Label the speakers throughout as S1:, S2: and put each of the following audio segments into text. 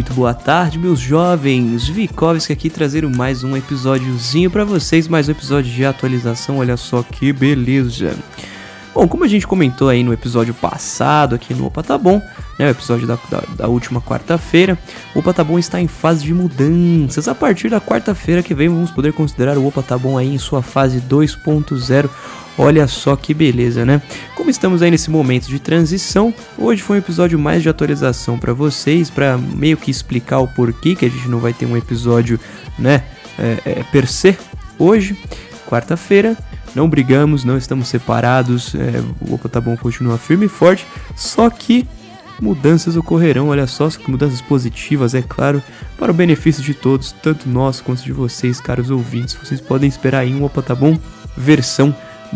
S1: muito boa tarde, meus jovens. Vikovski aqui trazendo mais um episódiozinho pra vocês, mais um episódio de atualização, olha só que beleza. Bom, como a gente comentou aí no episódio passado aqui no Opa Tá Bom, né, o episódio da última quarta-feira, o Opa Tá Bom está em fase de mudanças. A partir da quarta-feira que vem vamos poder considerar o Opa Tá Bom aí em sua fase 2.0. Olha só que beleza, né? Como estamos aí nesse momento de transição, hoje foi um episódio mais de atualização para vocês, para meio que explicar o porquê que a gente não vai ter um episódio, né, per se hoje, quarta-feira. Não brigamos, não estamos separados, o Opa Tá Bom continua firme e forte, só que mudanças ocorrerão, olha só, mudanças positivas, é claro, para o benefício de todos, tanto nós quanto de vocês, caros ouvintes. Vocês podem esperar aí um Opa Tá Bom versão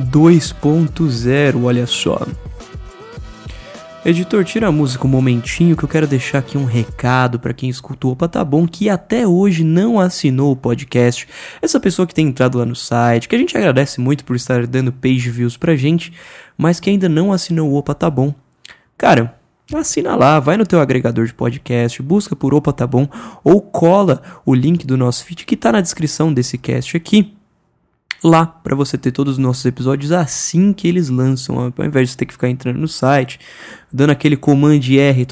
S1: 2.0, olha só. Editor, tira a música um momentinho que eu quero deixar aqui um recado para quem escuta o Opa Tá Bom que até hoje não assinou o podcast. Essa pessoa que tem entrado lá no site, que a gente agradece muito por estar dando page views pra gente, mas que ainda não assinou o Opa Tá Bom. Cara, assina lá, vai no teu agregador de podcast, busca por Opa Tá Bom ou cola o link do nosso feed que tá na descrição desse cast aqui. Lá, para você ter todos os nossos episódios assim que eles lançam, ao invés de você ter que ficar entrando no site, dando aquele Command R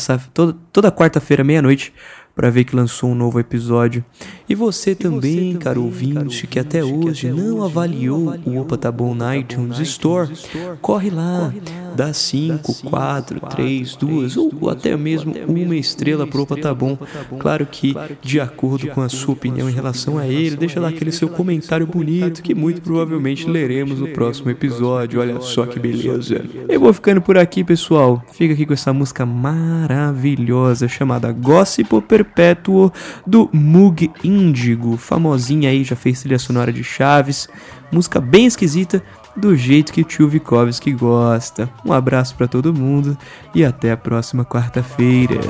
S1: toda quarta-feira, meia-noite, para ver que lançou um novo episódio. E você também, caro ouvinte, que até hoje não avaliou o Opa Tá Bom na iTunes Store, corre lá, dá 5, 4, 3, 2 ou até mesmo uma estrela pro Opa Tá Bom. Claro que de acordo com a sua opinião em relação a ele, deixa lá aquele seu comentário bonito que muito provavelmente leremos no próximo episódio. Olha só que beleza. Eu vou ficando por aqui, pessoal. Fica aqui com essa música maravilhosa chamada Gossip Perpétuo do Mug Índigo, famosinha aí, já fez trilha sonora de Chaves, música bem esquisita, do jeito que o tio Vikovski gosta. Um abraço pra todo mundo e até a próxima quarta-feira.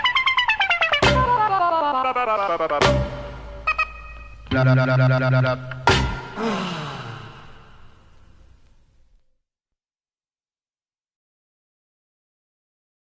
S2: Da da da da da da da.